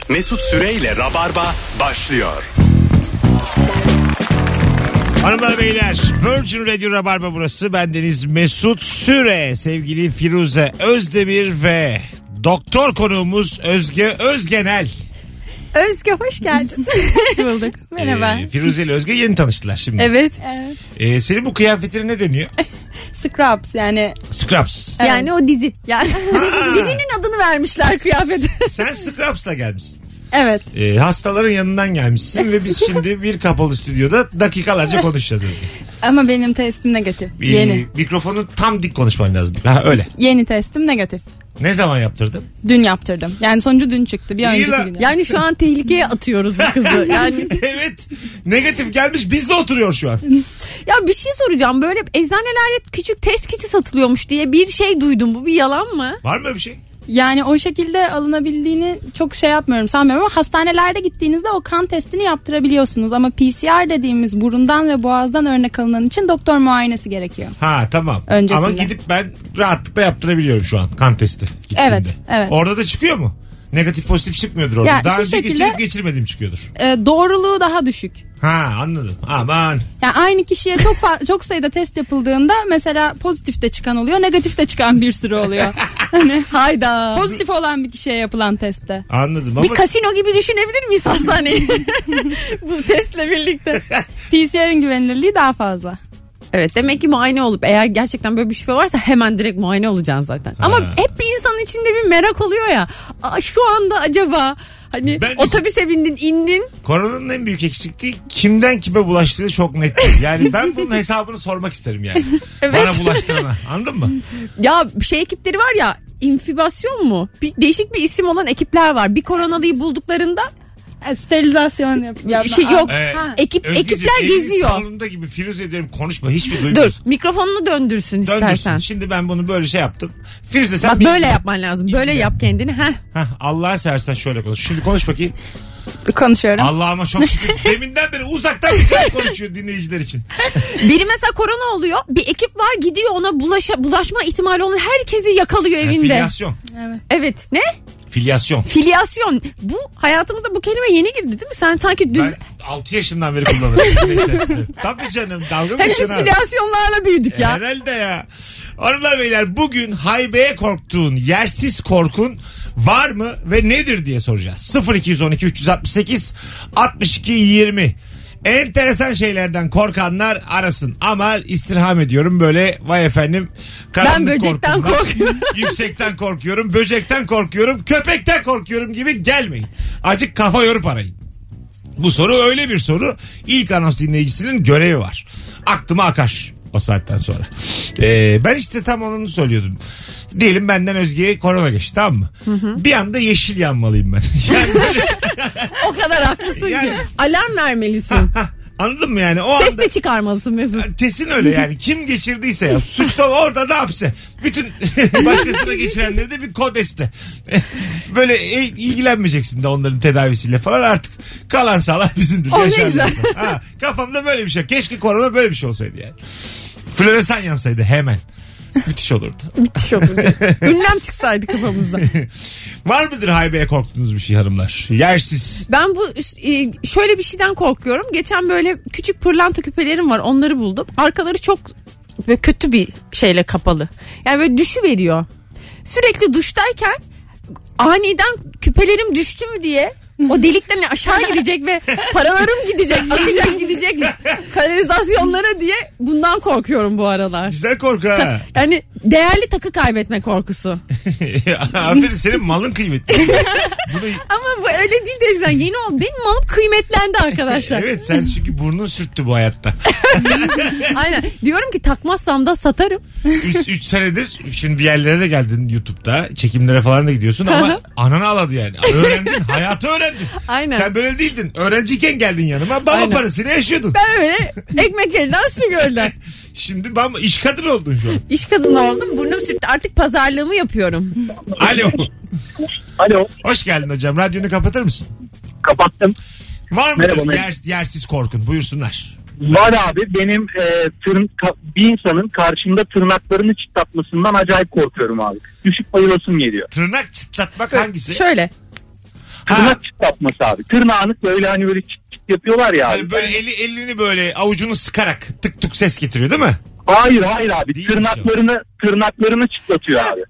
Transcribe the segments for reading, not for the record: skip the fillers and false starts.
Mesut Süreyle Rabarba başlıyor. Hanımlar beyler, Virgin Radio Rabarba burası. Bendeniz Mesut Süre, sevgili Firuze Özdemir ve doktor konuğumuz Özge Özgenel. Özge hoş geldin. Hoş bulduk. Merhaba. Firuze ile Özge yeni tanıştılar şimdi. Evet. Senin bu kıyafetine ne deniyor? Scrubs yani. Scrubs. Yani o dizi. Yani dizinin adını vermişler kıyafete. Sen Scrubs'la gelmişsin. Evet. Hastaların yanından gelmişsin ve biz şimdi bir kapalı stüdyoda dakikalarca konuşacağız Özge. Ama benim testim negatif. Yeni. Mikrofonu tam dik konuşman lazım. Ha, öyle. Yeni testim negatif. Ne zaman yaptırdın? Dün yaptırdım. Yani sonucu dün çıktı. Bir önceki gün. Yani şu an tehlikeye atıyoruz bu kızı. Yani evet. Negatif gelmiş, bizde oturuyor şu an. ya bir şey soracağım. Böyle eczanelerde küçük test kiti satılıyormuş diye bir şey duydum. Bu bir yalan mı? Var mı öyle bir şey? Yani o şekilde alınabildiğini çok sanmıyorum ama hastanelerde gittiğinizde o kan testini yaptırabiliyorsunuz ama PCR dediğimiz burundan ve boğazdan örnek alınan için doktor muayenesi gerekiyor. Ha tamam. Öncesinde. Ama gidip ben rahatlıkla yaptırabiliyorum şu an kan testi gittiğimde. Evet. Orada da çıkıyor mu? Negatif pozitif çıkmıyordur orada. Ya, daha şu önce şekilde, geçirip geçirmediğim çıkıyordur. Doğruluğu daha düşük. Ha anladım. Aman. Yani aynı kişiye çok sayıda test yapıldığında mesela pozitif de çıkan oluyor, negatif de çıkan bir sürü oluyor. Hani hayda. Pozitif olan bir kişiye yapılan testte. Anladım ama. Bir kasino gibi düşünebilir miyiz hastaneyi? Bu testle birlikte. PCR'in güvenilirliği daha fazla. Evet, demek ki muayene olup eğer gerçekten böyle bir şüphe varsa hemen direkt muayene olacaksın zaten. Ha. Ama hep bir insanın içinde bir merak oluyor ya. Şu anda acaba hani Bence otobüse bindin, indin. Koronanın en büyük eksikliği kimden kime bulaştığı çok net değil. Yani ben bunun hesabını sormak isterim yani. Evet. Bana bulaştırana. Anladın mı? Ya şey ekipleri var ya, infibasyon mu? Değişik bir isim olan ekipler var. Bir koronalıyı bulduklarında Sterilizasyon yapma. şey yok. Özgeciğim, Ekipler evin geziyor. salonunda gibi Firuze ederim konuşma. Hiçbir Dur, duymuyorsun. mikrofonunu döndürsün Döndürsün. istersen. Şimdi ben bunu böyle şey yaptım. Firuze sen Bak böyle yapman lazım. Böyle yap kendini. Heh. Allah'ın seversen şöyle konuş. Şimdi konuş bakayım. Konuşuyorum. Allah'ıma çok şükür. Deminden beri uzaktan bir konuşuyor dinleyiciler için. Biri mesela korona oluyor. Bir ekip var, gidiyor ona bulaşma ihtimali olan herkesi yakalıyor evinde. Filyasyon. Evet. Ne? Filyasyon. Filyasyon. Bu hayatımıza bu kelime yeni girdi değil mi? Sen sanki dün... Ben 6 yaşından beri kullanırım. Tabii canım. Dalga mı Hepimiz geçiyorsun? filyasyonlarla büyüdük ya. Herhalde ya. Hanımlar beyler, bugün haybeye korktuğun, yersiz korkun var mı ve nedir diye soracağız. 0212 368 62 20. Enteresan şeylerden korkanlar arasın. Ama istirham ediyorum böyle, vay efendim. Ben böcekten korkuyorum. Yüksekten korkuyorum. Böcekten korkuyorum. Köpekten korkuyorum gibi gelmeyin. Acık kafa yorup arayın. Bu soru öyle bir soru. İlk anons dinleyicisinin görevi var. Aklıma akar o saatten sonra. Ben işte tam onu söylüyordum. Diyelim benden Özge'ye korona geçti, tamam mı? Bir anda yeşil yanmalıyım ben. Yani böyle... O kadar haklısın Yani- ki. Alarm vermelisin. Anladın mı yani? O Ses anda... de çıkarmalısın Mesut. Kesin öyle yani. Kim geçirdiyse ya. Suçlu orada da hapse. Bütün başkasına geçirenleri de bir kodeste. Böyle ilgilenmeyeceksin de onların tedavisiyle falan, artık kalan sağlar bizimdir. Oh, ne güzel. Kafamda böyle bir şey. Keşke korona böyle bir şey olsaydı yani. Floresan yansaydı hemen. Müthiş olurdu. Müthiş olurdu. Ünlem çıksaydı kafamızda. Var mıdır haybeye korktuğunuz bir şey hanımlar? Yersiz. Ben bu şöyle bir şeyden korkuyorum. Geçen böyle küçük pırlanta küpelerim var. Onları buldum. Arkaları çok böyle kötü bir şeyle kapalı. Yani böyle düşüveriyor. Sürekli duştayken aniden küpelerim düştü mü diye o delikten aşağı gidecek ve paralarım gidecek, akacak gidecek kanalizasyonlara diye bundan korkuyorum bu aralar. Güzel korku ha. Yani değerli takı kaybetme korkusu. Aferin, senin malın kıymetli. Bunu... Ama bu öyle değil de sen yeni ol. Benim malım kıymetlendi arkadaşlar. Evet, sen çünkü burnun sürttü bu hayatta. Aynen. Diyorum ki takmazsam da satarım. 3 senedir şimdi bir yerlere de geldin, YouTube'da çekimlere falan da gidiyorsun ama ananı ağladı yani. Öğrendin, hayatı öğrendin. Aynen. Sen böyle değildin. Öğrenciyken geldin yanıma. Baba Aynen. parasıyla yaşıyordun. Ben öyle ekmek elinden su gölden. Şimdi iş kadını oldun şu an. İş kadını oldum. Burnum sürttü. Artık pazarlığımı yapıyorum. Alo. Alo. Hoş geldin hocam. Radyonu kapatır mısın? Kapattım. Var mı Merhaba, yersiz korkun? Buyursunlar. Var abi, benim bir insanın karşımda tırnaklarını çıtlatmasından acayip korkuyorum abi. Düşüp bayılasım geliyor. Tırnak çıtlatmak hangisi? Şöyle. Tırnak çıtlatması abi. Tırnağını böyle hani böyle çıt çıt yapıyorlar ya. Yani böyle elini böyle avucunu sıkarak tık tık ses getiriyor değil mi? Hayır abi. Değil Tırnaklarını çıtlatıyor abi.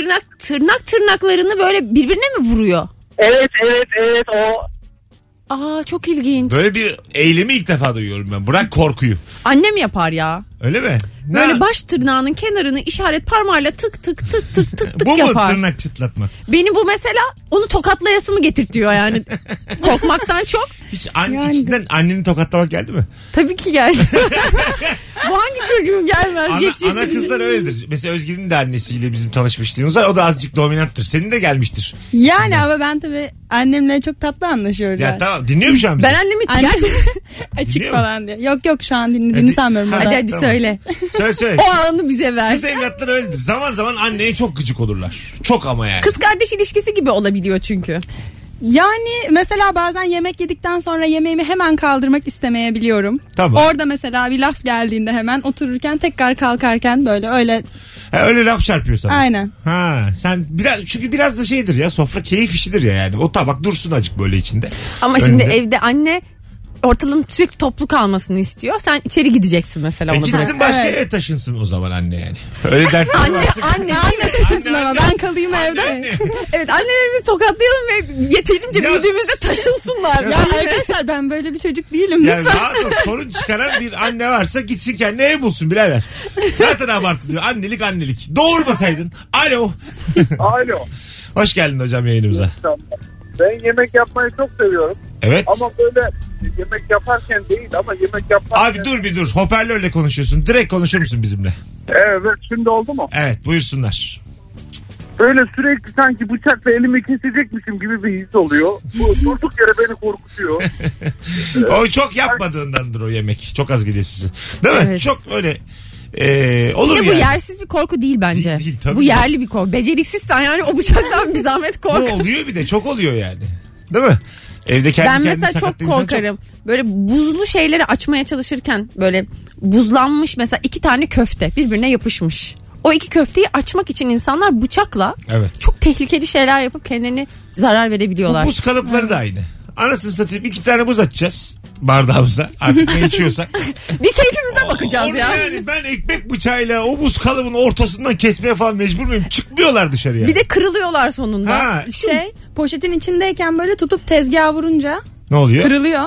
Tırnaklarını böyle birbirine mi vuruyor? Evet o. Aa, çok ilginç. Böyle bir eylemi ilk defa duyuyorum ben. Bırak korkuyu. Annem yapar ya. Öyle mi? Böyle baş tırnağının kenarını işaret parmağıyla tık tık tık tık tık tık bu yapar. mu tırnak çıtlatmak? Beni bu mesela onu tokatlayası mı getirtiyor yani. Korkmaktan çok. Hiç içinden anneni tokatlamak geldi mi? Tabii ki geldi. Bu hangi çocuğun gelmez? Ana kızlar öyledir. Mesela Özge'nin de annesiyle bizim tanışmışlığımız var. O da azıcık dominanttır. Senin de gelmiştir. Yani Şimdi. ama ben tabii annemle çok tatlı anlaşıyoruz. Ya yani. tamam, dinliyor mu şu an bizi? Ben annemi Açık Dinliyor falan diye. Yok şu an dinlediğini sanmıyorum. Hadi, burada. hadi Tamam. söyle. Söyle. O anı bize ver. Kız evlatlar öyledir. Zaman zaman anneye çok gıcık olurlar. Çok ama yani. Kız kardeş ilişkisi gibi olabiliyor çünkü. Yani mesela bazen yemek yedikten sonra yemeğimi hemen kaldırmak istemeyebiliyorum. Tamam. Orada mesela bir laf geldiğinde hemen otururken tekrar kalkarken böyle öyle. Öyle laf çarpıyor sana. Aynen. Sen çünkü biraz da şeydir ya, sofra keyif işidir ya yani. O tabak dursun acık böyle içinde. Ama Önünde. şimdi evde anne ortalığın sürekli toplu kalmasını istiyor. Sen içeri gideceksin mesela onu Gitsin bırak. başka Evet. eve taşınsın o zaman anne yani. Öyle dertleri varsa. Anne Taşınsın ama ben kalayım evde. Evet, annelerimizi tokatlayalım ve yeterince Ya büyüdüğümüzde taşınsınlar. Ya arkadaşlar ben böyle bir çocuk değilim Yani lütfen. rahat ol, sorun çıkaran bir anne varsa gitsin kendine ev bulsun birader. Zaten abartılıyor. Annelik. Doğurmasaydın. Alo. Alo. Hoş geldin hocam yayınımıza. Ben yemek yapmayı çok seviyorum. Evet. Ama böyle yemek yaparken değil ama yemek yaparken... Abi dur. Hoparlörle konuşuyorsun. Direkt konuşur musun bizimle? Evet, şimdi oldu mu? Evet, buyursunlar. Böyle sürekli sanki bıçakla elimi kesecekmişim gibi bir his oluyor. Bu durduk yere beni korkutuyor. O çok yapmadığındandır o yemek. Çok az gidiyor size. Değil mi? Evet. Çok öyle olur Bir de bu yani. yersiz bir korku değil bence. Değil, tabii bu ki. yerli bir korku. Beceriksizsen yani o bıçaktan bir zahmet Bu kork. oluyor bir de. Çok oluyor yani. Değil mi? Evde kendi Ben kendini mesela çok sakatlayan insan korkarım. Böyle buzlu şeyleri açmaya çalışırken böyle buzlanmış mesela 2 tane köfte birbirine yapışmış. O 2 köfteyi açmak için insanlar bıçakla Evet. çok tehlikeli şeyler yapıp kendini zarar verebiliyorlar. Bu buz kalıpları da aynı. Anasını satayım 2 tane buz açacağız bardağımıza. Artık ne içiyorsak. Bir keyfimize bakacağız Onu ya. yani ben ekmek bıçağıyla o buz kalıbın ortasından kesmeye falan mecbur muyum? Çıkmıyorlar dışarıya. Bir de kırılıyorlar sonunda. Ha, Poşetin içindeyken böyle tutup tezgaha vurunca ne oluyor? kırılıyor.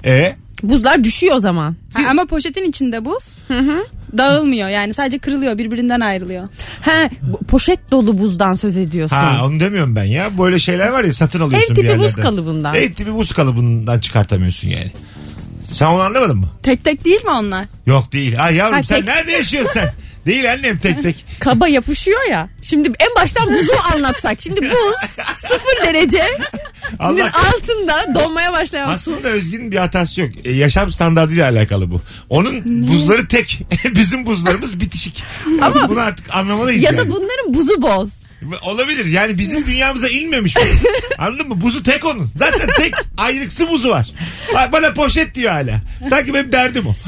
Buzlar düşüyor o zaman. Ama poşetin içinde buz. Dağılmıyor yani sadece kırılıyor, birbirinden ayrılıyor. He, poşet dolu buzdan söz ediyorsun. Ha onu demiyorum ben ya. Böyle şeyler var ya, satın alıyorsun Ev bir tipi yerlerden. buz kalıbından. Ev tipi buz kalıbından çıkartamıyorsun yani. Sen onu anlamadın mı? Tek tek değil mi onlar? Yok değil. Ay yavrum Ha, sen tek- nerede yaşıyorsun sen? Değil annem tek. Kaba yapışıyor ya. Şimdi en baştan buzu anlatsak. Şimdi buz 0 derecenin Allah altında donmaya başlayan su. Aslında Özgün'ün bir hatası yok. Yaşam standartıyla alakalı bu. Onun buzları tek. Bizim buzlarımız bitişik. Ama bunu artık anlamalıyız Ya yani. da bunların buzu bol. Olabilir. Yani bizim dünyamıza inmemiş bu. Anladın mı? Buzu tek onun. Zaten tek ayrıksı buzu var. Bana poşet diyor hala. Sanki benim derdim o.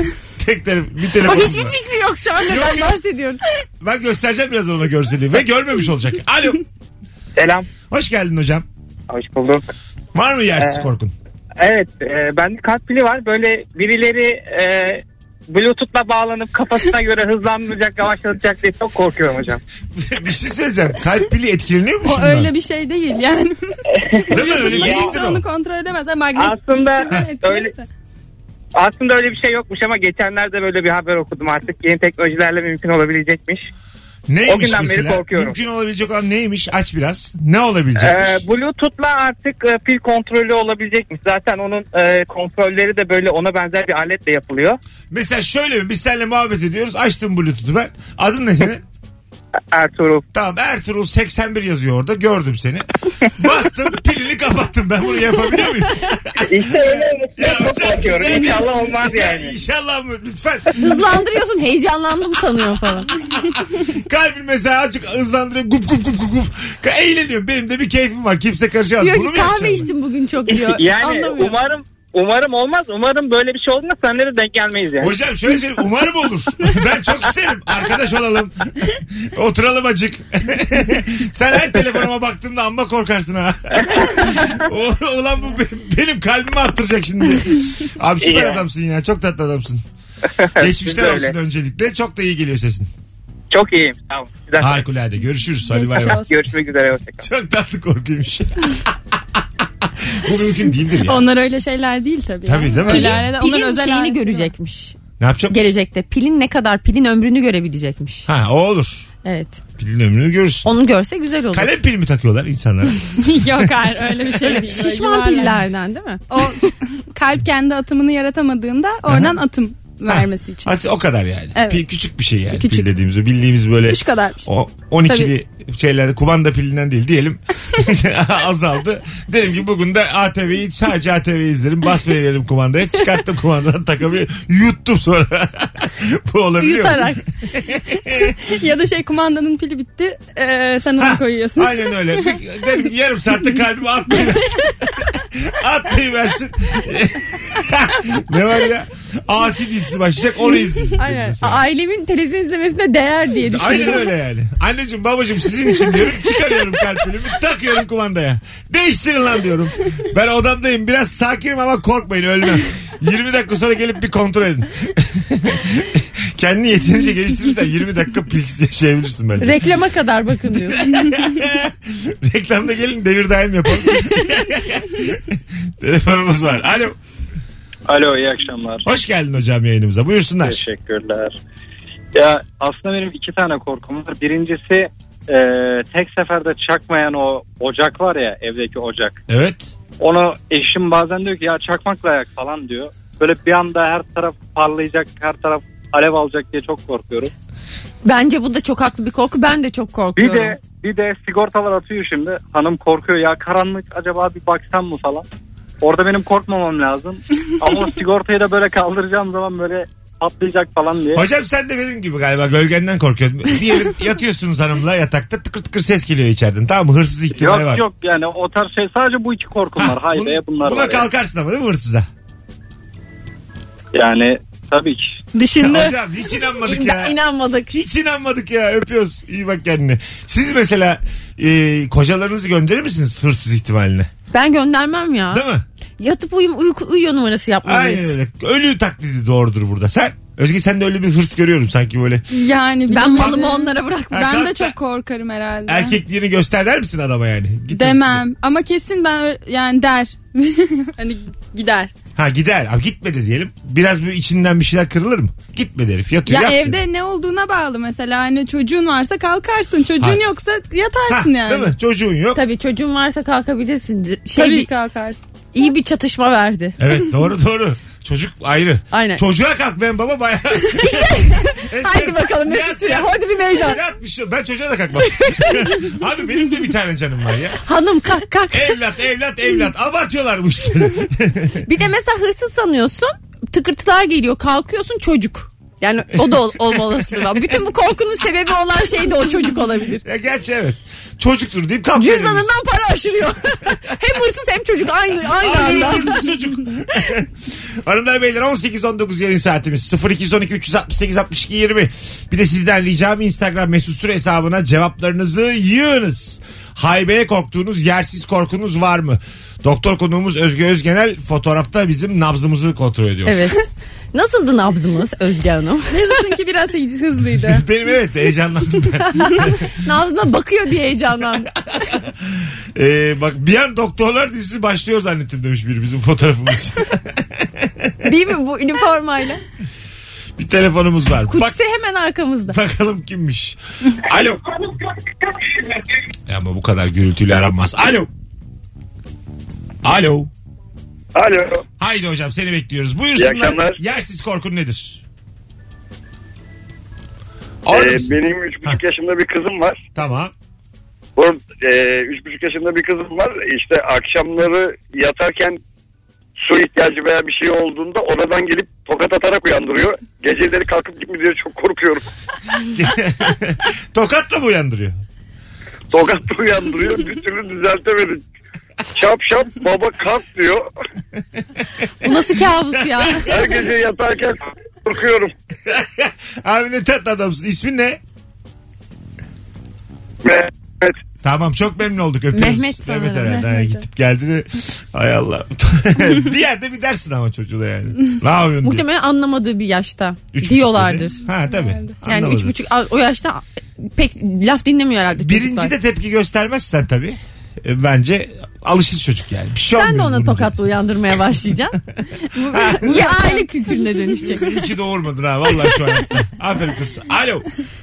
Tek bir telefon. Bak hiçbir fikri yok şu an neden Yok. bahsediyoruz. Ben göstereceğim birazdan ona görseli. Ve görmemiş olacak. Alo. Selam. Hoş geldin hocam. Hoş bulduk. Var mı yersiz korkun? Evet, bende kalp pili var. Böyle birileri Bluetooth'la bağlanıp kafasına göre hızlandıracak, yavaşlatacak diye çok korkuyorum hocam. Bir şey söyleyeceğim. Kalp pili etkileniyor mu O şundan? öyle bir şey değil yani. Değil mi? Öyle bir Kimse değildir o. onu kontrol edemez. Magnet Aslında etkiler öyle de. aslında öyle bir şey yokmuş ama geçenlerde böyle bir haber okudum, artık yeni teknolojilerle mümkün olabilecekmiş. Neymiş O günden beri mesela? korkuyorum. Mümkün olabilecek olan neymiş? Aç biraz. Ne olabilecekmiş? Bluetooth'la artık pil kontrolü olabilecekmiş. Zaten onun kontrolleri de böyle ona benzer bir aletle yapılıyor. Mesela şöyle mi? Biz seninle muhabbet ediyoruz. Açtım Bluetooth'u ben. Adın ne senin? Ertuğrul. Tamam, Ertuğrul 81 yazıyor orada. Gördüm seni. Bastım, pilini kapattım. Ben bunu yapabiliyor muyum? İşte öyle. Ya Çok hocam, korkuyorum. güzel ya. İnşallah olmaz yani. İnşallah mı? Lütfen. Hızlandırıyorsun, heyecanlandım sanıyor falan. Kalbin mesela azıcık hızlandırıyor. Gup gup gup gup gup. Eğleniyorum. Benim de bir keyfim var. Kimse karışamaz. Diyor Bunu ki mu kahve yapacağım ben? içtim bugün çok diyor. Yani Anlamıyor. umarım olmaz. Umarım böyle bir şey olmaz. Seninle de denk gelmeyiz yani. Hocam şöyle söyleyeyim, umarım olur. Ben çok isterim. Arkadaş olalım. Oturalım acık. Sen her telefonuma baktığında amma korkarsın ha. Ulan bu benim kalbimi attıracak şimdi. Abi süper adamsın ya. Çok tatlı adamsın. Geçmişler olsun öncelikle. Çok da iyi geliyor sesin. Çok iyiyim. Tamam. Harikulade. Görüşürüz. Hadi bay bay. Görüşmek üzere. Hoşçakalın. Çok tatlı korkuymuş. Bu mümkün değildir ya. Onlar öyle şeyler değil tabii. Tabii değil mi? Pilin şeyini görecekmiş. Ne yapacağım? Gelecekte pilin ömrünü görebilecekmiş. Ha, o olur. Evet. Pilin ömrünü görürsün. Onu görse güzel olur. Kalem pil mi takıyorlar insanlara? Yok hayır öyle bir şey değil. Şişman pillerden değil mi? O kalp kendi atımını yaratamadığında oradan atım vermesi için. Hadi o kadar yani. Evet. Pil küçük bir şey yani. Küçük. Pil dediğimiz o bildiğimiz böyle. Şu kadar. O 12'li şeylerde kumanda pilinden değil diyelim. Azaldı. Dedim ki bugün de ATV'yi sadece ATV izlerim. Basmayı veririm kumandaya. Çıkarttım kumandadan takabilirim. Yuttum sonra. Bu olabiliyor. Yutarak. Ya da kumandanın pili bitti. Sen onu koyuyorsun. Aynen öyle. Dedim ki yarım saatte kalbimi atmayıversin. Ne var ya? Asi dizisi başlayacak, onu izleyeceğim. Aynen. Ailemin televizyon izlemesine değer diye düşünüyorum. Aynen öyle yani. Anneciğim babacığım sizin için diyorum, çıkarıyorum kalp pilimi, takıyorum kumandaya. Değiştirin lan diyorum. Ben odamdayım, biraz sakinim ama korkmayın, ölmem. 20 dakika sonra gelip bir kontrol edin. Kendini yeterince geliştirirsen 20 dakika pilsiz yaşayabilirsin bence. Reklama kadar bakın diyorsun. Reklamda gelin, devir daim yapalım. Telefonumuz var. Alo. Alo, iyi akşamlar. Hoş geldin hocam yayınımıza. Buyursunlar. Teşekkürler. Ya aslında benim 2 tane korkum var. Birincisi tek seferde çakmayan o ocak var ya, evdeki ocak. Evet. Onu eşim bazen diyor ki ya çakmakla yak falan diyor. Böyle bir anda her taraf parlayacak, her taraf alev alacak diye çok korkuyorum. Bence bu da çok haklı bir korku. Ben de çok korkuyorum. Bir de sigortalar atıyor şimdi. Hanım korkuyor ya, karanlık acaba bir baksam mı falan. Orada benim korkmamam lazım. Ama o sigortayı da böyle kaldıracağım zaman böyle patlayacak falan diye. Hocam sen de benim gibi galiba gölgenden korkuyorsun. Diyelim yatıyorsunuz hanımla yatakta, tıkır tıkır ses geliyor içeriden. Tamam mı? Hırsız ihtimali var. Yok yani o tarz şey, sadece bu 2 korkum var. Haydi bunlar buna var. Buna kalkarsın ama değil mi hırsıza? Yani tabii ki. Dışında. Hocam hiç inanmadık ya. İnanmadık. Hiç inanmadık ya. Öpüyoruz. İyi bak kendine. Siz mesela kocalarınızı gönderir misiniz hırsız ihtimaline? Ben göndermem ya. Değil mi? Yatıp uyuyor numarası yapmalıyız. Aynen öyle. Ölü taklidi doğrudur burada. Sen Özge, sen de öyle bir hırs görüyorum sanki böyle. Yani ben malımı onlara bırakmam. Ben de çok korkarım herhalde. Erkekliğini göster der misin adama yani? Git demem. hırsızı. Ama kesin ben yani der. Hani gider. Ha gider. Abi gitmedi diyelim. Biraz bir içinden bir şeyler kırılır mı? Gitmedi herif. Yatıyor. Ya yat evde dedi. ne olduğuna bağlı mesela. Hani çocuğun varsa kalkarsın. Çocuğun yoksa yatarsın yani. Değil mi? Çocuğun yok. Tabii çocuğun varsa kalkabilirsin. Tabii kalkarsın. İyi bir çatışma verdi. Evet doğru. Çocuk ayrı. Aynen. Çocuğa kalk ben baba bayağı. Haydi bakalım Mesut Süre. Hadi bir meydan. Yatmış. Ben çocuğa da kalkmam. Abi benim de bir tane canım var ya. Hanım kalk. Evlat. Abartıyorlar bu işleri. Bir de mesela hırsız sanıyorsun. Tıkırtılar geliyor. Kalkıyorsun, çocuk. Yani o da olma olasılığı var. Bütün bu korkunun sebebi olan şey de o çocuk olabilir. Ya gerçi evet. Çocuktur deyip kalkıyor. Cüzdanından para aşırıyor. Hem hırsız hem çocuk aynı anda. Hırsız çocuk. Hanımlar beyler 18-19 yayın saatimiz. 0212 368 62 20. Bir de sizden ricam Instagram Mesut Süre hesabına cevaplarınızı yığınız. Haybeye korktuğunuz yersiz korkunuz var mı? Doktor konuğumuz Özge Özgenel fotoğrafta bizim nabzımızı kontrol ediyor. Evet. Nasıldı nabzımız Özge Hanım? Mesut'unki biraz hızlıydı. Benim evet heyecanlandım ben. Nabzına bakıyor diye heyecanlandım. Bak bir an doktorlar dizisi başlıyor zannettim demiş biri bizim fotoğrafımız. Değil mi bu üniformayla? Bir telefonumuz var. Kutsi hemen arkamızda. Bakalım kimmiş. Alo. Ama bu kadar gürültüyle aranmaz. Alo. Alo. Haydi hocam seni bekliyoruz. Buyursunlar. İyi akşamlar. Yersiz korkun nedir? Benim 3,5 yaşında bir kızım var. Tamam. 3,5 yaşında bir kızım var. İşte akşamları yatarken su ihtiyacı veya bir şey olduğunda odadan gelip tokat atarak uyandırıyor. Geceleri kalkıp gitmeye çok korkuyorum. Tokatla mı uyandırıyor? Tokatla uyandırıyor. Bir türlü düzeltemedik. şap şap baba kalk diyor. Bu nasıl kabus ya? Her gece yatarken korkuyorum. Abi ne tatlı adamsın. İsmin ne? Evet. Tamam çok memnun olduk öpüyoruz. Mehmet sanırım. Mehmet herhalde. Mehmet. Gidip geldi de ay Allah. Bir yerde bir dersin ama çocuğu da yani. Ne yapıyorsun diye. Muhtemelen anlamadığı bir yaşta 3,5 diyorlardır. dedi. Ha tabii. Yani Anlamadı. 3,5 o yaşta pek laf dinlemiyor herhalde çocuklar. Birinci de tepki göstermezsen tabii. Bence alışır çocuk yani. Bir şey Sen de olmuyor ona bunun diye. tokatla uyandırmaya başlayacaksın. Bu bir aile kültürüne dönüşecek. İyi ki doğurmadın ha vallahi şu hayatta. Aferin kız. Alo.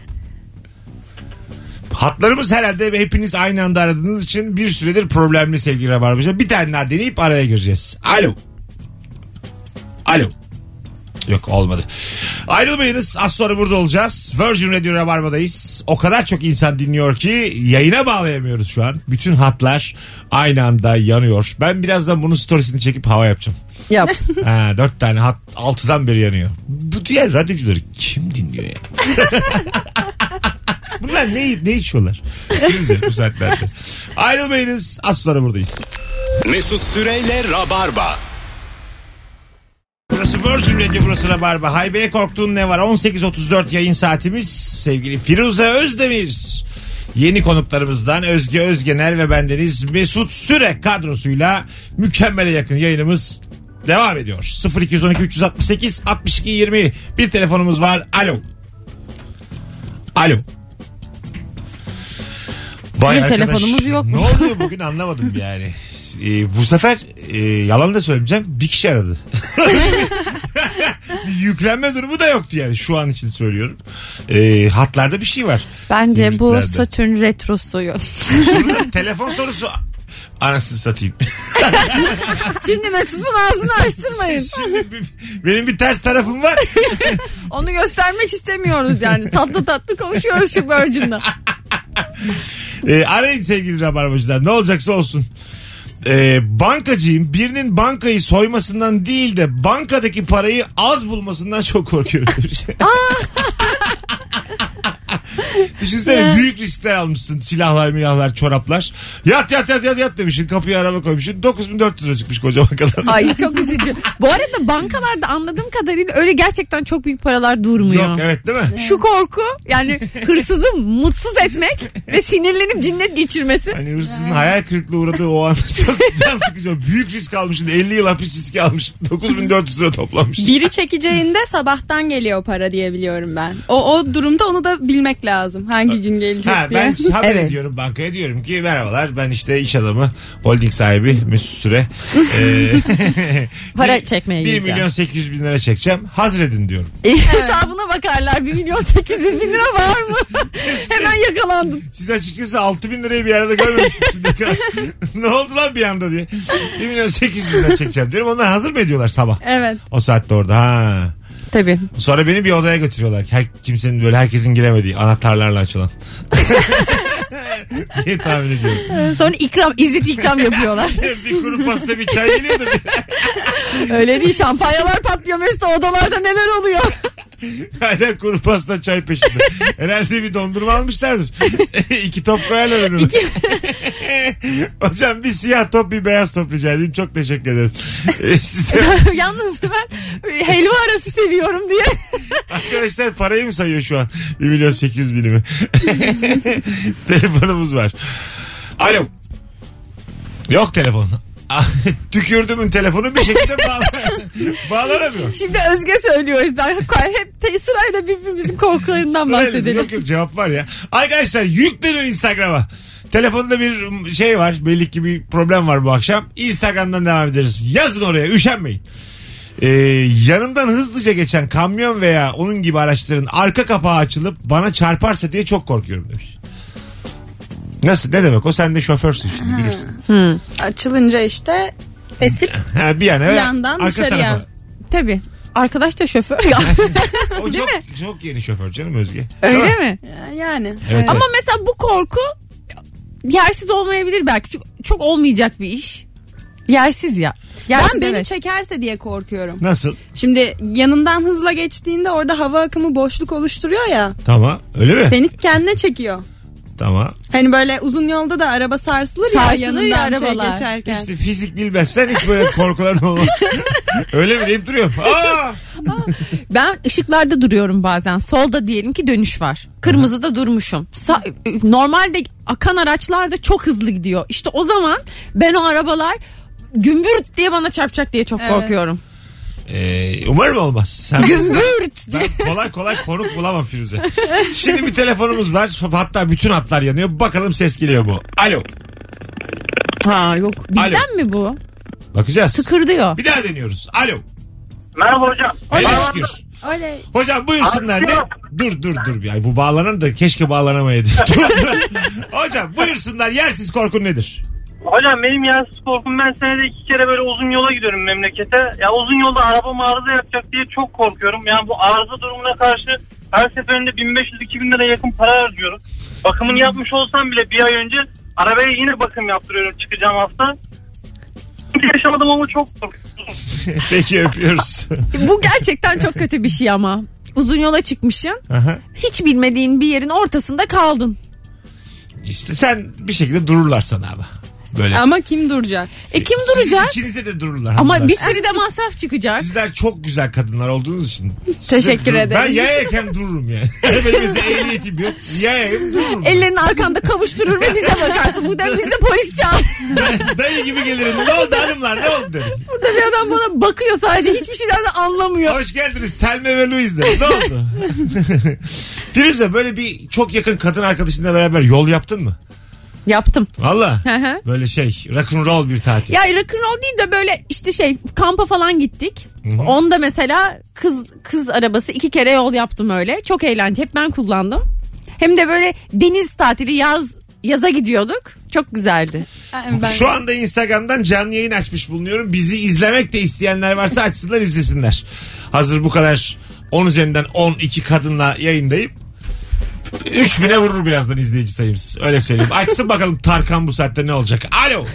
Hatlarımız herhalde hepiniz aynı anda aradığınız için bir süredir problemli sevgili Rabarbacılar. Bir tane daha deneyip araya gireceğiz. Alo. Alo. Yok olmadı. Ayrılmayınız. Az sonra burada olacağız. Virgin Radio Rabarba'dayız. O kadar çok insan dinliyor ki yayına bağlayamıyoruz şu an. Bütün hatlar aynı anda yanıyor. Ben birazdan bunun storiesini çekip hava yapacağım. Yap. 4 tane hat 6'dan beri yanıyor. Bu diğer radyocuları kim dinliyor ya? Bunlar ne içiyorlar? Güzel bu saatlerde. Ayrılmayınız. Az sonra buradayız. Mesut Süreyle Rabarba. Burası Virgin Radio, burası Rabarba. Haybeye korktuğun ne var? 18.34 yayın saatimiz. Sevgili Firuze Özdemir. Yeni konuklarımızdan Özge Özgener ve bendeniz Mesut Süre kadrosuyla mükemmele yakın yayınımız devam ediyor. 0212 368 62 20 bir telefonumuz var. Alo. Alo. Vay Bir arkadaş, telefonumuz yok. Ne oluyor bugün anlamadım yani. Bu sefer yalan da söylemeyeceğim, bir kişi aradı. Yüklenme durumu da yoktu yani, şu an için söylüyorum. Hatlarda bir şey var. Bence bu Ümitlerde. Satürn retrosu. Soruda telefon sorusu. Anasını satayım. Şimdi Mesut'un ağzını açtırmayın. Şimdi benim bir ters tarafım var. Onu göstermek istemiyoruz yani. Tatlı tatlı konuşuyoruz şu Virgin'da. Arayın sevgili Rabarbacılar, ne olacaksa olsun. Bankacıyım, birinin bankayı soymasından değil de bankadaki parayı az bulmasından çok korkuyorum. Düşünsene, büyük riskler almışsın, silahlar milahlar çoraplar, yat demişsin, kapıya araba koymuşsun, 9.400 lira çıkmış koca bankadan. Ay çok üzücü. Bu arada bankalarda anladığım kadarıyla öyle gerçekten çok büyük paralar durmuyor. Yok, evet değil mi? Şu korku yani hırsızı mutsuz etmek ve sinirlenip cinnet geçirmesi. Hani hırsızın hayal kırıklığı uğradığı o an çok can sıkıcı. Büyük risk almışsın, 50 yıl hapis riski almışsın, 9.400 lira toplamışsın. Biri çekeceğinde sabahtan geliyor para diyebiliyorum ben. O durumda onu da bilmek lazım. Hangi gün gelecek diye. Ben haber Evet. ediyorum bankaya, diyorum ki merhabalar, ben işte iş adamı, holding sahibi Mesut Süre. Para çekmeye 1 gideceğim. milyon 800 bin lira çekeceğim, hazır edin diyorum. Hesabına bakarlar 1 milyon 800 bin lira var mı? Hemen yakalandın. Siz açıkçası 6 bin lirayı bir arada görmemişsiniz şimdiye kadar. Ne oldu lan bir anda diye. 1 milyon 800 bin lira çekeceğim diyorum. Onlar hazır mı ediyorlar sabah? Evet. O saatte orada. Ha. Tabii. Sonra beni bir odaya götürüyorlar. Kimsenin böyle, herkesin giremediği anahtarlarla açılan. diye tahmin ediyorum. Sonra İzzet ikram yapıyorlar. Bir kuru pasta, bir çay geliyordur. Öyle değil, şampanyalar patlıyor Mesut, odalarda neler oluyor? Hala kuru pasta çay peşinde. Herhalde bir dondurma almışlardır. 2 top koyarlar önüne. Hocam bir siyah top, bir beyaz top rica edeyim. Çok teşekkür ederim. Siz de Yalnız ben helva arası seviyorum diye. arkadaşlar parayı mı sayıyor şu an? 1 milyon 800 binimi. Telefonumuz var. Alo. Yok telefon. Tükürdümün telefonu bir şekilde bağlanamıyor. Şimdi Özge söylüyor o yüzden. Hep sırayla birbirimizin korkularından bahsedelim. Yok cevap var ya. Arkadaşlar yüklenin Instagram'a. Telefonda bir şey var. Belli ki bir problem var bu akşam. Instagram'dan devam ederiz. Yazın oraya, üşenmeyin. Yanımdan hızlıca geçen kamyon veya onun gibi araçların arka kapağı açılıp bana çarparsa diye çok korkuyorum demiş. Nasıl, ne demek o? Sen de şoförsün şimdi, bilirsin. Açılınca işte esip Bir yandan arka dışarıya. tarafa. Tabii. Arkadaş da şoför. O çok yeni şoför canım Özge. Öyle mi? Yani. Evet. Ama mesela bu korku yersiz olmayabilir belki. Çünkü çok olmayacak bir iş. Yersiz ya. Yersiz, Ben beni evet. çekerse diye korkuyorum. Nasıl? Şimdi yanından hızla geçtiğinde orada hava akımı boşluk oluşturuyor ya. Tamam, öyle mi? Seni kendine çekiyor. Tamam. Hani böyle uzun yolda da araba sarsılır ya Sarsılır yanından ya şey arabalar. geçerken. İşte fizik bilmezsen hiç böyle korkuların olmaz. Öyle mi deyip duruyorum. Aa! Ben ışıklarda duruyorum bazen. Solda diyelim ki dönüş var. Kırmızıda durmuşum. Normalde akan araçlar da çok hızlı gidiyor. İşte o zaman ben o arabalar gümbürt diye bana çarpacak diye çok Evet. korkuyorum. Umarım olmaz. Sen Gümbürt diye. ben kolay kolay konuk bulamam Firuze. Şimdi bir telefonumuz var. Hatta bütün hatlar yanıyor. Bakalım ses geliyor mu? Alo. Ha yok. Bizden mi bu? Bakacağız. Tıkırdıyor. Bir daha deniyoruz. Alo. Merhaba hocam. Hele şükür. Oley. Hocam buyursunlar ne? Dur. Ya bu bağlanan da keşke bağlanamaydı. Dur. Hocam buyursunlar yersiz korkun nedir? Hocam benim yersiz korkum, ben senede 2 kere böyle uzun yola gidiyorum memlekete. Ya uzun yolda arabam arıza yapacak diye çok korkuyorum. Yani bu arıza durumuna karşı her seferinde 1500-2000 lira yakın para harcıyorum. Bakımını yapmış olsam bile bir ay önce arabaya yine bakım yaptırıyorum çıkacağım hafta. Yaşamadım ama çok korkuyorum. Peki öpüyoruz. Bu gerçekten çok kötü bir şey ama. Uzun yola çıkmışsın. Aha. Hiç bilmediğin bir yerin ortasında kaldın. İşte sen bir şekilde dururlar sana ama. Böyle. Ama kim duracak? Kim duracak? İkinize de dururlar. Ama hanımlar. bir sürü de masraf çıkacak. Sizler çok güzel kadınlar olduğunuz için. Teşekkür Ben ederiz. yayarken dururum yani. Benim mesela ehliyetim yok. Yayayım dururum. Ellerini arkanda kavuşturur ve bize bakarsın. Bu da biz de polis çağır. Dayı gibi gelirim. Ne oldu hanımlar ne oldu derim. Burada bir adam bana bakıyor sadece. Hiçbir şeyden de anlamıyor. Hoş geldiniz Telme ve Louise de. Ne oldu? Firuze böyle bir çok yakın kadın arkadaşınla beraber yol yaptın mı? Yaptım. Valla. Hı hı. Böyle rock'n'roll bir tatil. Ya rock'n'roll değil de böyle işte kampa falan gittik. Hı. Onda mesela kız arabası 2 kere yol yaptım öyle. Çok eğlenceli. Hep ben kullandım. Hem de böyle deniz tatili yaza gidiyorduk. Çok güzeldi. Ben... Şu anda Instagram'dan canlı yayın açmış bulunuyorum. Bizi izlemek de isteyenler varsa açsınlar izlesinler. Hazır bu kadar 10 üzerinden 12 kadınla yayındayım. 3000'e vurur birazdan izleyici sayımız. Öyle söyleyeyim. Açsın bakalım Tarkan bu saatte ne olacak. Alo.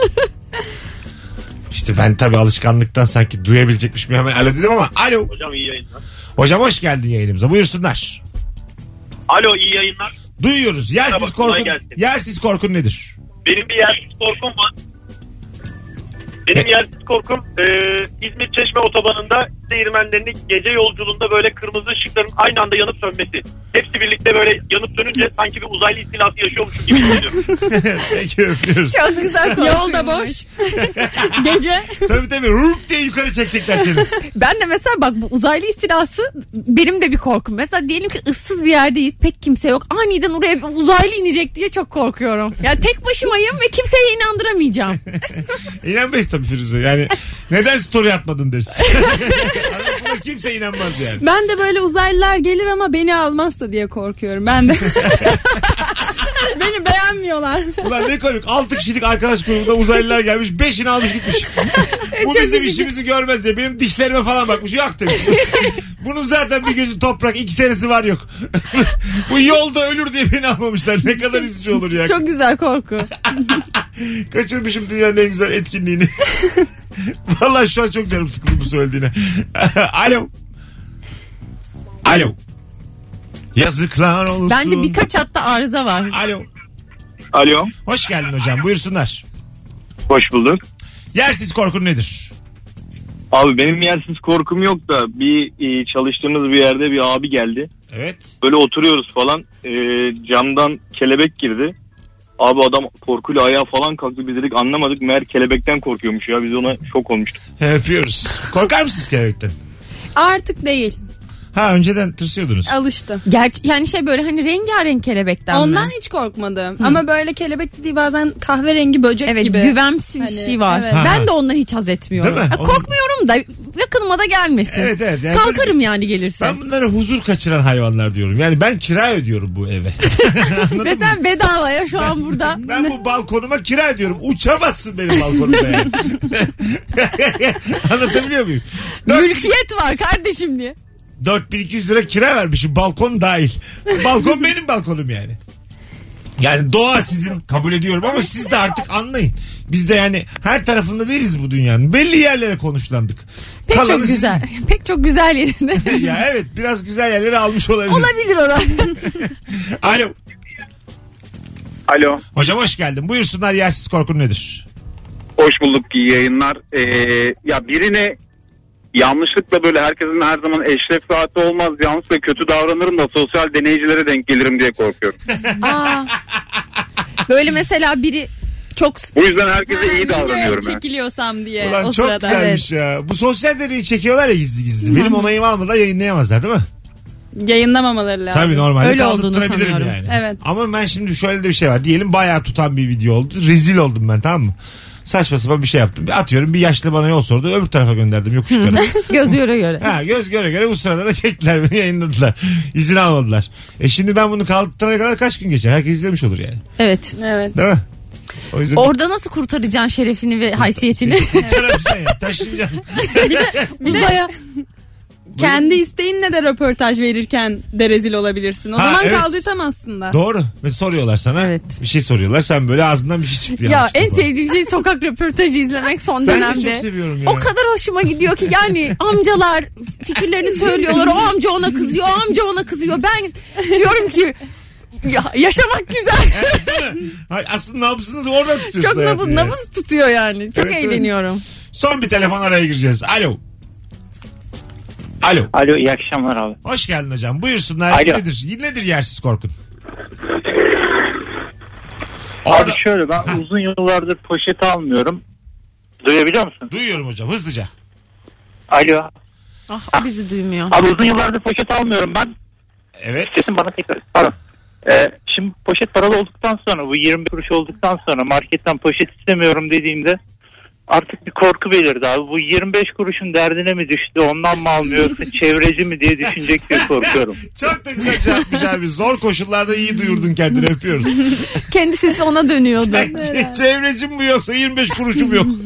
İşte ben tabii alışkanlıktan sanki duyabilecekmiş mi hemen alo dedim ama alo. Hocam iyi yayınlar. Hocam hoş geldin yayınımıza. Buyursunlar. Alo, iyi yayınlar. Duyuyoruz. Yersiz Merhaba, kolay korkun. gelsin. Yersiz korkun nedir? Benim bir yersiz korkum var. Benim yersiz korkum İzmir Çeşme otobanında değirmenlerinin gece yolculuğunda böyle kırmızı ışıkların aynı anda yanıp sönmesi. Hepsi birlikte böyle yanıp sönünce sanki bir uzaylı istilası yaşıyormuşum gibi hissediyorum. Peki öpüyoruz. Çok güzel korkuymuş. Yolda boş. Gece. Tabii rulp diye yukarı çekecekler seni. Ben de mesela bak bu uzaylı istilası benim de bir korkum. Mesela diyelim ki ıssız bir yerdeyiz. Pek kimse yok. Aniden oraya bir uzaylı inecek diye çok korkuyorum. Ya tek başımayım ve kimseye inandıramayacağım. İnanmayız tabii Firuze. Yani neden story atmadın deriz. Buna kimse inanmaz yani. Ben de böyle uzaylılar gelir ama beni almazsa diye korkuyorum. Ben de. Beni beğenmiyorlar. Ulan ne komik. 6 kişilik arkadaş grubunda uzaylılar gelmiş. 5'ini almış gitmiş. Bu bizim işimizi görmez diye. Benim dişlerime falan bakmış. Yok demiş. Bunun zaten bir gözü toprak. 2 senesi var yok. Bu yolda ölür diye beni almamışlar. Ne kadar üzücü olur ya. Çok güzel korku. Kaçırmışım dünyanın en güzel etkinliğini. Vallahi şu an çok canım sıkıldı bu söylediğine. Alo. Alo. Yazıklar olsun. Bence birkaç hatta arıza var. Alo. Alo. Hoş geldin hocam. Buyursunlar. Hoş bulduk. Yersiz korkun nedir? Abi benim yersiz korkum yok da bir çalıştığımız bir yerde bir abi geldi. Evet. Böyle oturuyoruz falan. Camdan kelebek girdi. Abi adam korkuyla ayağa falan kalktı. Biz dedik anlamadık. Meğer kelebekten korkuyormuş ya. Biz ona şok olmuştuk. Öpüyoruz. Korkar mısınız kelebekten? Artık değil. Ha önceden tırsıyordunuz. Alıştım. Yani böyle hani rengarenk kelebekten Ondan mi? hiç korkmadım. Ama böyle kelebek dediği bazen kahverengi böcek Evet gibi. güvemsi bir Hani, şey var. evet. Ben de ondan hiç haz etmiyorum. Değil mi? Korkmuyorum da yakınıma da gelmesin. Evet. Yani Kalkarım yani gelirse. ben bunlara huzur kaçıran hayvanlar diyorum. Yani ben kira ödüyorum bu eve. Anladın Ve mı? sen bedavaya şu an burada. Ben bu balkonuma kira ödüyorum. Uçamazsın benim balkonumda yani. Anlatabiliyor muyum? Mülkiyet var kardeşim diye. 4200 lira kira vermişim. Balkon dahil. Balkon benim balkonum yani. Yani doğa sizin kabul ediyorum ama siz de artık anlayın. Biz de yani her tarafında değiliz bu dünyanın. Belli yerlere konuşlandık. Pek Kalanı çok güzel. Pek çok güzel yerinde. sizin. Ya evet biraz güzel yerlere almış olabiliriz. Olabilir o da. Alo. Alo. Hocam hoş geldin. Buyursunlar, yersiz korkun nedir? Hoş bulduk, iyi yayınlar. Ya birine yanlışlıkla böyle herkesin her zaman eşref saati olmaz, yanlışlıkla kötü davranırım da sosyal deneyicilere denk gelirim diye korkuyorum. Böyle mesela biri çok... Bu yüzden herkese iyi davranıyorum. Çekiliyorsam diye Ulan o çok sırada. güzelmiş ya. Bu sosyal deneyi çekiyorlar ya gizli gizli. Benim onayımı almadan yayınlayamazlar değil mi? Yayınlamamaları lazım. Tabii normalde Öyle olduğunu kaldırtırabilirim sanıyorum. yani. Evet. Ama ben şimdi şöyle de bir şey var. Diyelim bayağı tutan bir video oldu. Rezil oldum ben, tamam mı? Saçma sapan bir şey yaptım. Atıyorum bir yaşlı bana yol sordu. Öbür tarafa gönderdim yokuş yukarı. Göz göre göre. Göz göre göre bu sırada da çektiler beni, yayınladılar. İzin almadılar. Şimdi ben bunu kaldırtana kadar kaç gün geçer? Herkes izlemiş olur yani. Evet. Evet. Değil mi? O yüzden Orada nasıl kurtaracaksın şerefini ve haysiyetini? kurtaracaksın ya. Taşıyacaksın. Uzaya. Kendi isteğinle de röportaj verirken de rezil olabilirsin. O zaman evet. kaldırtamazsın da. Doğru. Ve soruyorlar sana. Evet. Bir şey soruyorlar. Sen böyle ağzından bir şey çıktı. Ya en sevdiğim şey sokak röportajı izlemek son Ben de dönemde. çok seviyorum ya. O kadar hoşuma gidiyor ki yani amcalar fikirlerini söylüyorlar. O amca ona kızıyor, o amca ona kızıyor. Ben diyorum ki ya, yaşamak güzel. Evet, değil mi? Aslında nabzını da oradan tutuyorsun. Çok nabız tutuyor yani. Çok Evet, eğleniyorum. Son bir telefon araya gireceğiz. Alo. Alo. Alo, iyi akşamlar abi. Hoş geldin hocam. Buyursunlar. Alo. Nedir yersiz korkun? Abi şöyle, ben uzun yıllardır poşet almıyorum. Duyabiliyor musun? Duyuyorum hocam, hızlıca. Alo. Ah o bizi duymuyor. Abi uzun yıllardır poşet almıyorum ben. Evet. Sesim bana tekrar. Pardon. Şimdi poşet paralı olduktan sonra, bu 20 kuruş olduktan sonra marketten poşet istemiyorum dediğimde artık bir korku belirdi abi. Bu 25 kuruşun derdine mi düştü, ondan mı almıyor, yoksa çevreci mi diye düşünecek diye korkuyorum. Çok da güzel cevapmış abi. Zor koşullarda iyi duyurdun kendini, öpüyoruz. Kendi sesi ona dönüyordu. Çevrecim mi yoksa 25 kuruşum yok.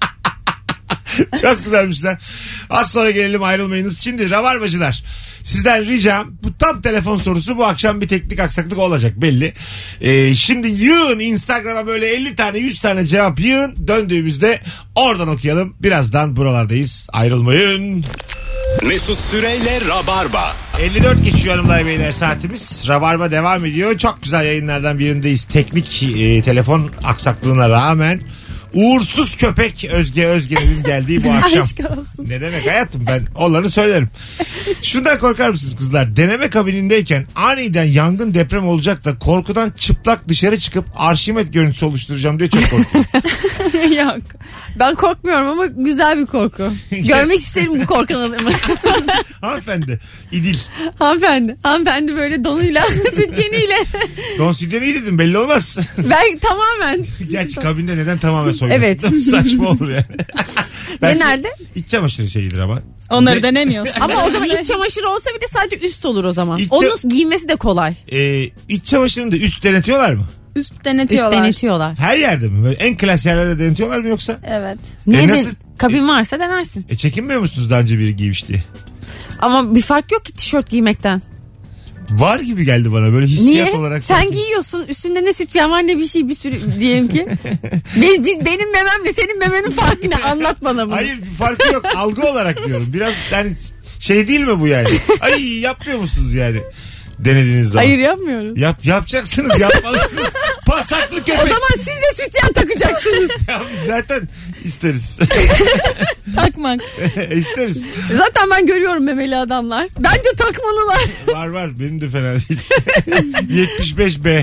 Çok güzelmişler. Az sonra gelelim, ayrılmayınız. Şimdi Rabarbacılar, sizden ricam, bu tam telefon sorusu, bu akşam bir teknik aksaklık olacak belli. Şimdi yığın Instagram'a böyle 50 tane 100 tane cevap yığın, döndüğümüzde oradan okuyalım. Birazdan buralardayız, ayrılmayın. Mesut Süreyle Rabarba. 54 geçiyor hanımlar beyler saatimiz. Rabarba devam ediyor. Çok güzel yayınlardan birindeyiz. Teknik telefon aksaklığına rağmen uğursuz köpek Özge Özgen'in geldiği bu akşam. Ne demek hayatım, ben onları söylerim. Şundan korkar mısınız kızlar? Deneme kabinindeyken aniden yangın, deprem olacak da korkudan çıplak dışarı çıkıp Arşimet görüntüsü oluşturacağım diye çok korkuyorum. Yok. Ben korkmuyorum ama güzel bir korku. Görmek isterim bu korkan adamı. Hanımefendi İdil. Hanımefendi böyle donuyla, sütyeniyle. Don sütyeni dedim, belli olmaz. Ben tamamen. Gerçi kabinde neden tamamen soyuyorsun? Evet. Saçma olur yani. Genelde. İç çamaşırı şeyidir ama. Onları denemiyorsun. Ama o zaman iç çamaşırı olsa bile sadece üst olur o zaman. İç Onun giymesi de kolay. İç çamaşırını da üst denetiyorlar mı? Üst denetiyorlar. Üst denetiyorlar. Her yerde mi? Böyle en klas yerlerde denetiyorlar mı yoksa? Evet. Ne nasıl- kabin varsa denersin. Çekinmiyor musunuz daha önce biri giymiş diye? Ama bir fark yok ki tişört giymekten. Var gibi geldi bana böyle hissiyat Niye? olarak. Sen sanki. giyiyorsun, üstünde ne sütyen var ne bir şey, bir sürü diyelim ki. Benim mememle senin memenin farkı ne? Anlat bana bunu. Hayır, bir farkı yok. Algı olarak diyorum. Biraz yani şey değil mi bu yani? Ay, yapmıyor musunuz yani? Denediğiniz zaman. Hayır yapmıyoruz. Yapacaksınız, yapmalısınız. Pasaklı köpek. O zaman siz de sütyen takacaksınız. Ya biz zaten isteriz. Takmak. İsteriz. Zaten ben görüyorum memeli adamlar. Bence takmalılar. Var benim de fena değil. 75B.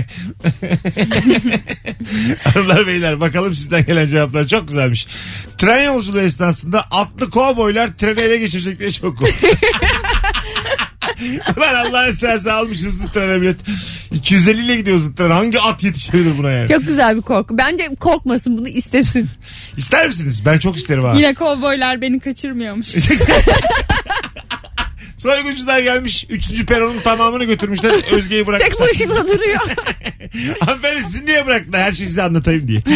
Hanımlar beyler, bakalım sizden gelen cevaplar çok güzelmiş. Tren yolculuğu esnasında atlı kovboylar treni ele geçirecek diye çok korkuyorum. Ulan Allah isterse almış hızlı trene bilet. 250 ile gidiyor hızlı tren. Hangi at yetişebilir buna yani? Çok güzel bir korku. Bence korkmasın, bunu istesin. İster misiniz? Ben çok isterim abi. Yine kovboylar beni kaçırmıyormuş. Soyguncular gelmiş. 3. peronun tamamını götürmüşler. Özge'yi Tek bırakmışlar. başına duruyor. Hanımefendi sizi niye bıraktılar? Her şeyi size anlatayım diye.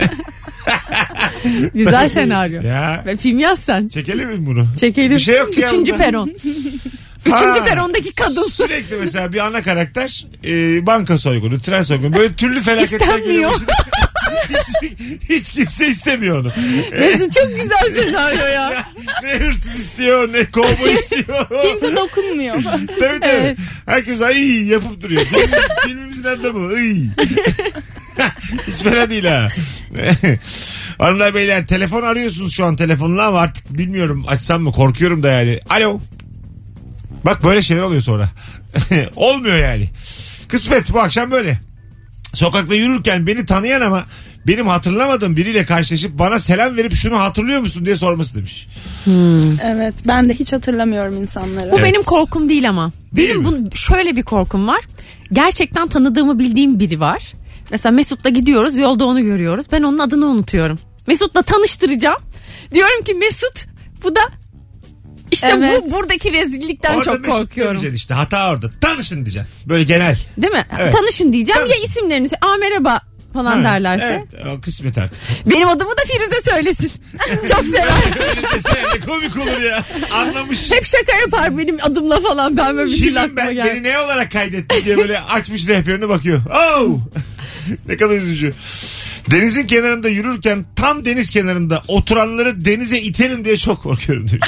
Güzel senaryo. Ya. Ve film yaz sen. Çekelim mi bunu? Çekelim. Bir şey yok ya. 3. bunda. peron. 3. perondaki kadın. Sürekli mesela bir ana karakter banka soygunu, tren soygunu, böyle türlü felaketler İstenmiyor. geliyor başına. hiç kimse istemiyor onu. Mesut çok güzel senaryo ya. Ne hırsız istiyor, ne kovboy istiyor. Kimse dokunmuyor. Tabii. Evet. Herkes ay yapıp duruyor. Filmimizin adı bu. Iy. Hiç fena değil ha. Hanımlar beyler telefon arıyorsunuz şu an telefonla ama artık bilmiyorum açsam mı korkuyorum da yani. Alo. Bak böyle şeyler oluyor sonra. Olmuyor yani. Kısmet bu akşam böyle. Sokakta yürürken beni tanıyan ama benim hatırlamadığım biriyle karşılaşıp bana selam verip şunu hatırlıyor musun diye sorması demiş. Evet, ben de hiç hatırlamıyorum insanları. Bu benim korkum değil ama. Değil Benim şöyle bir korkum var. Gerçekten tanıdığımı bildiğim biri var. Mesela Mesut'la gidiyoruz, yolda onu görüyoruz. Ben onun adını unutuyorum. Mesut'la tanıştıracağım. Diyorum ki Mesut, bu da işte Evet. bu buradaki rezillikten Orada çok Mesut korkuyorum. demeyeceksin işte hata orada. Tanışın diyeceksin. Böyle genel. Değil mi? Evet. Tanışın diyeceğim Tanışın. ya isimlerini. Merhaba falan Ha, derlerse. Evet o kısmet artık. Benim adımı da Firuze söylesin. Çok sever. Öyle desene ne komik olur ya. Anlamış. Hep şaka yapar benim adımla falan. Ben böyle bir türlü Şimdi aklıma ben geldi. beni ne olarak kaydetti diye böyle açmış rehberine bakıyor. Oh! Ne kadar üzücü. Denizin kenarında yürürken tam deniz kenarında oturanları denize iterim diye çok korkuyorum demiş.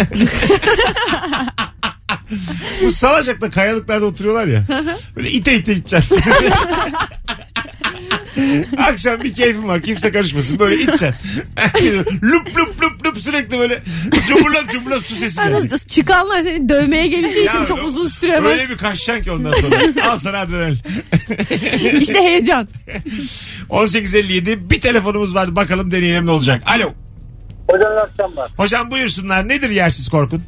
Bu salacakla kayalıklarda oturuyorlar ya. Böyle ite ite gideceksin. Akşam bir keyfim var kimse karışmasın böyle iteceksin. Lup lup lup lup sürekli böyle cumburlap cumburlap su sesi gelecek. Çıkanlar seni dövmeye geleceği için Ya, çok uzun süremez. Öyle bir kaçacaksın ki ondan sonra. Al sana adrenalin. İşte heyecan. 18.57 bir telefonumuz var bakalım deneyelim ne olacak. Alo. Hocam iyi akşamlar. Hocam buyursunlar nedir yersiz korkun?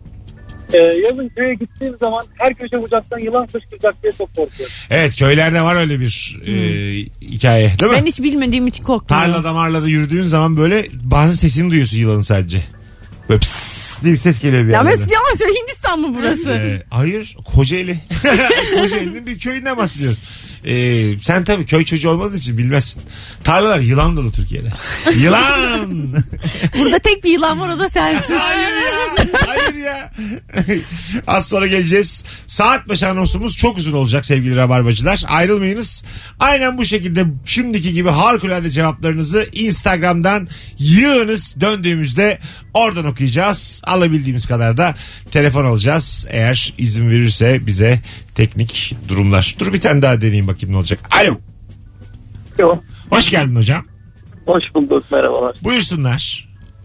Yazın köye gittiğim zaman her köşe bucaktan yılan fışkıracak diye çok korkuyorum. Evet köylerde var öyle bir hikaye değil mi? Ben hiç bilmediğim için korkmuyorum. Tarlada marlada yürüdüğün zaman böyle bazı sesini duyuyorsun yılanın sadece. Böyle pıs diye bir ses geliyor bir Ya yerlerden. Mesut yalan söyle, Hindistan mı burası? Hayır Kocaeli. Kocaeli'nin bir köyünden bahsediyoruz. Sen tabii köy çocuğu olmadığın için bilmezsin. Tarlalar yılan dolu Türkiye'de. Yılan. Burada tek bir yılan var, o da sensin. Hayır ya. Hayır ya. Az sonra geleceğiz. Saat başı anonsumuz çok uzun olacak sevgili rabarbacılar. Ayrılmayınız. Aynen bu şekilde şimdiki gibi harikulade cevaplarınızı Instagram'dan yığınız. Döndüğümüzde oradan okuyacağız. Alabildiğimiz kadar da telefon alacağız. Eğer izin verirse bize teknik durumlar. Dur bir tane daha deneyeyim bakayım ne olacak. Alo. Yok. Hoş geldin hocam. Hoş bulduk, merhabalar. Buyursunlar.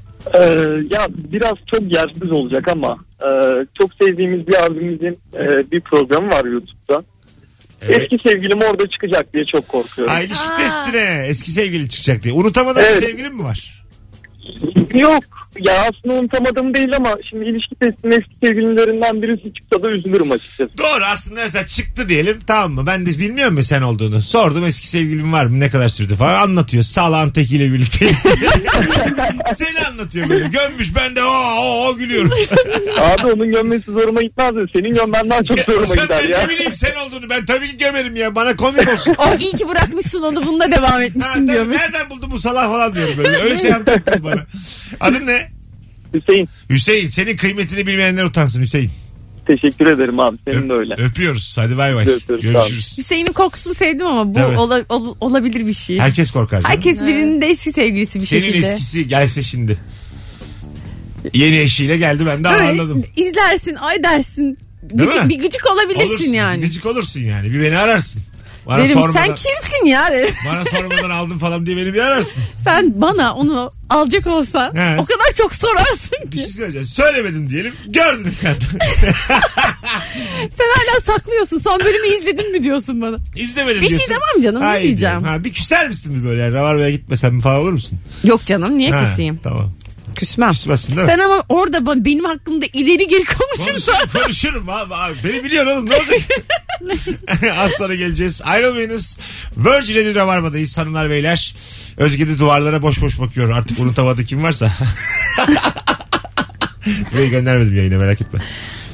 Ya biraz çok yersiz olacak ama çok sevdiğimiz bir abimizin bir programı var YouTube'da. Evet. Eski sevgilim orada çıkacak diye çok korkuyorum. Ha, ilişki testine eski sevgili çıkacak diye. Unutamadığın Evet. bir sevgilin mi var? Yok ya, aslında unutamadığım değil ama şimdi ilişki testinin eski sevgilimlerinden birisi çıksa da üzülürüm açıkçası. Doğru aslında mesela çıktı diyelim tamam mı? Ben de bilmiyorum ya sen olduğunu. Sordum eski sevgilim var mı ne kadar sürdü falan anlatıyor. Salağın tekiyle birlikte. Seni anlatıyor böyle gömmüş ben de o gülüyorum. Abi onun gömmesi zoruma gitmez de senin gömmen daha çok zoruma Sen gider ben ya. ne bileyim sen olduğunu ben tabii ki gömerim ya bana komik olsun. Oh, iyi ki bırakmışsın onu, bununla devam Ha, etmişsin diyor Mesut. nereden buldun bu salak falan diyorum böyle. Öyle şey anlattınız bana. Adın ne? Hüseyin, Hüseyin senin kıymetini bilmeyenler utansın Hüseyin. teşekkür ederim abi, senin de öyle. Öpüyoruz hadi bay bay. Öpüyoruz, Görüşürüz. Hüseyin'in kokusunu sevdim ama bu Evet. olabilir bir şey. Herkes korkar. canım. Herkes birinin de eski sevgilisi bir Senin şekilde. eskisi gelse şimdi. Yeni eşiyle geldi ben de ağırladım. Böyle izlersin, ay dersin. Değil mi? Bir gıcık olabilirsin Olursun, yani. gıcık olursun yani. Bir beni ararsın. Bana Derim sormadan, sen kimsin ya derim. bana sormadan aldın falan diye beni bir ararsın. Sen bana onu alacak olsan He. o kadar çok sorarsın Bir ki. şey söyleyeceğim. Söylemedim diyelim. Gördün efendim. Sen hala saklıyorsun. Son bölümü izledin mi diyorsun bana. İzlemedim Bir şey diyorsun. demem canım, ne Hayır diyeceğim? diyorum. Ha, bir küser misin bir böyle? Yani, Rabarba'ya gitmesem mi falan olur musun? Yok canım, niye Ha, küseyim? Tamam. Küsmem. Küsmezsin değil mi? Sen ama orada benim hakkımda ileri geri konuşursan. Konuşurum abi. Beni biliyorsun oğlum ne olacak? Az sonra geleceğiz. Ayrılmayınız. Virgin Radio Rabarba'dayız hanımlar beyler. Özge de duvarlara boş boş bakıyor. Artık unutamadı kim varsa. Burayı göndermedim yayına merak etme.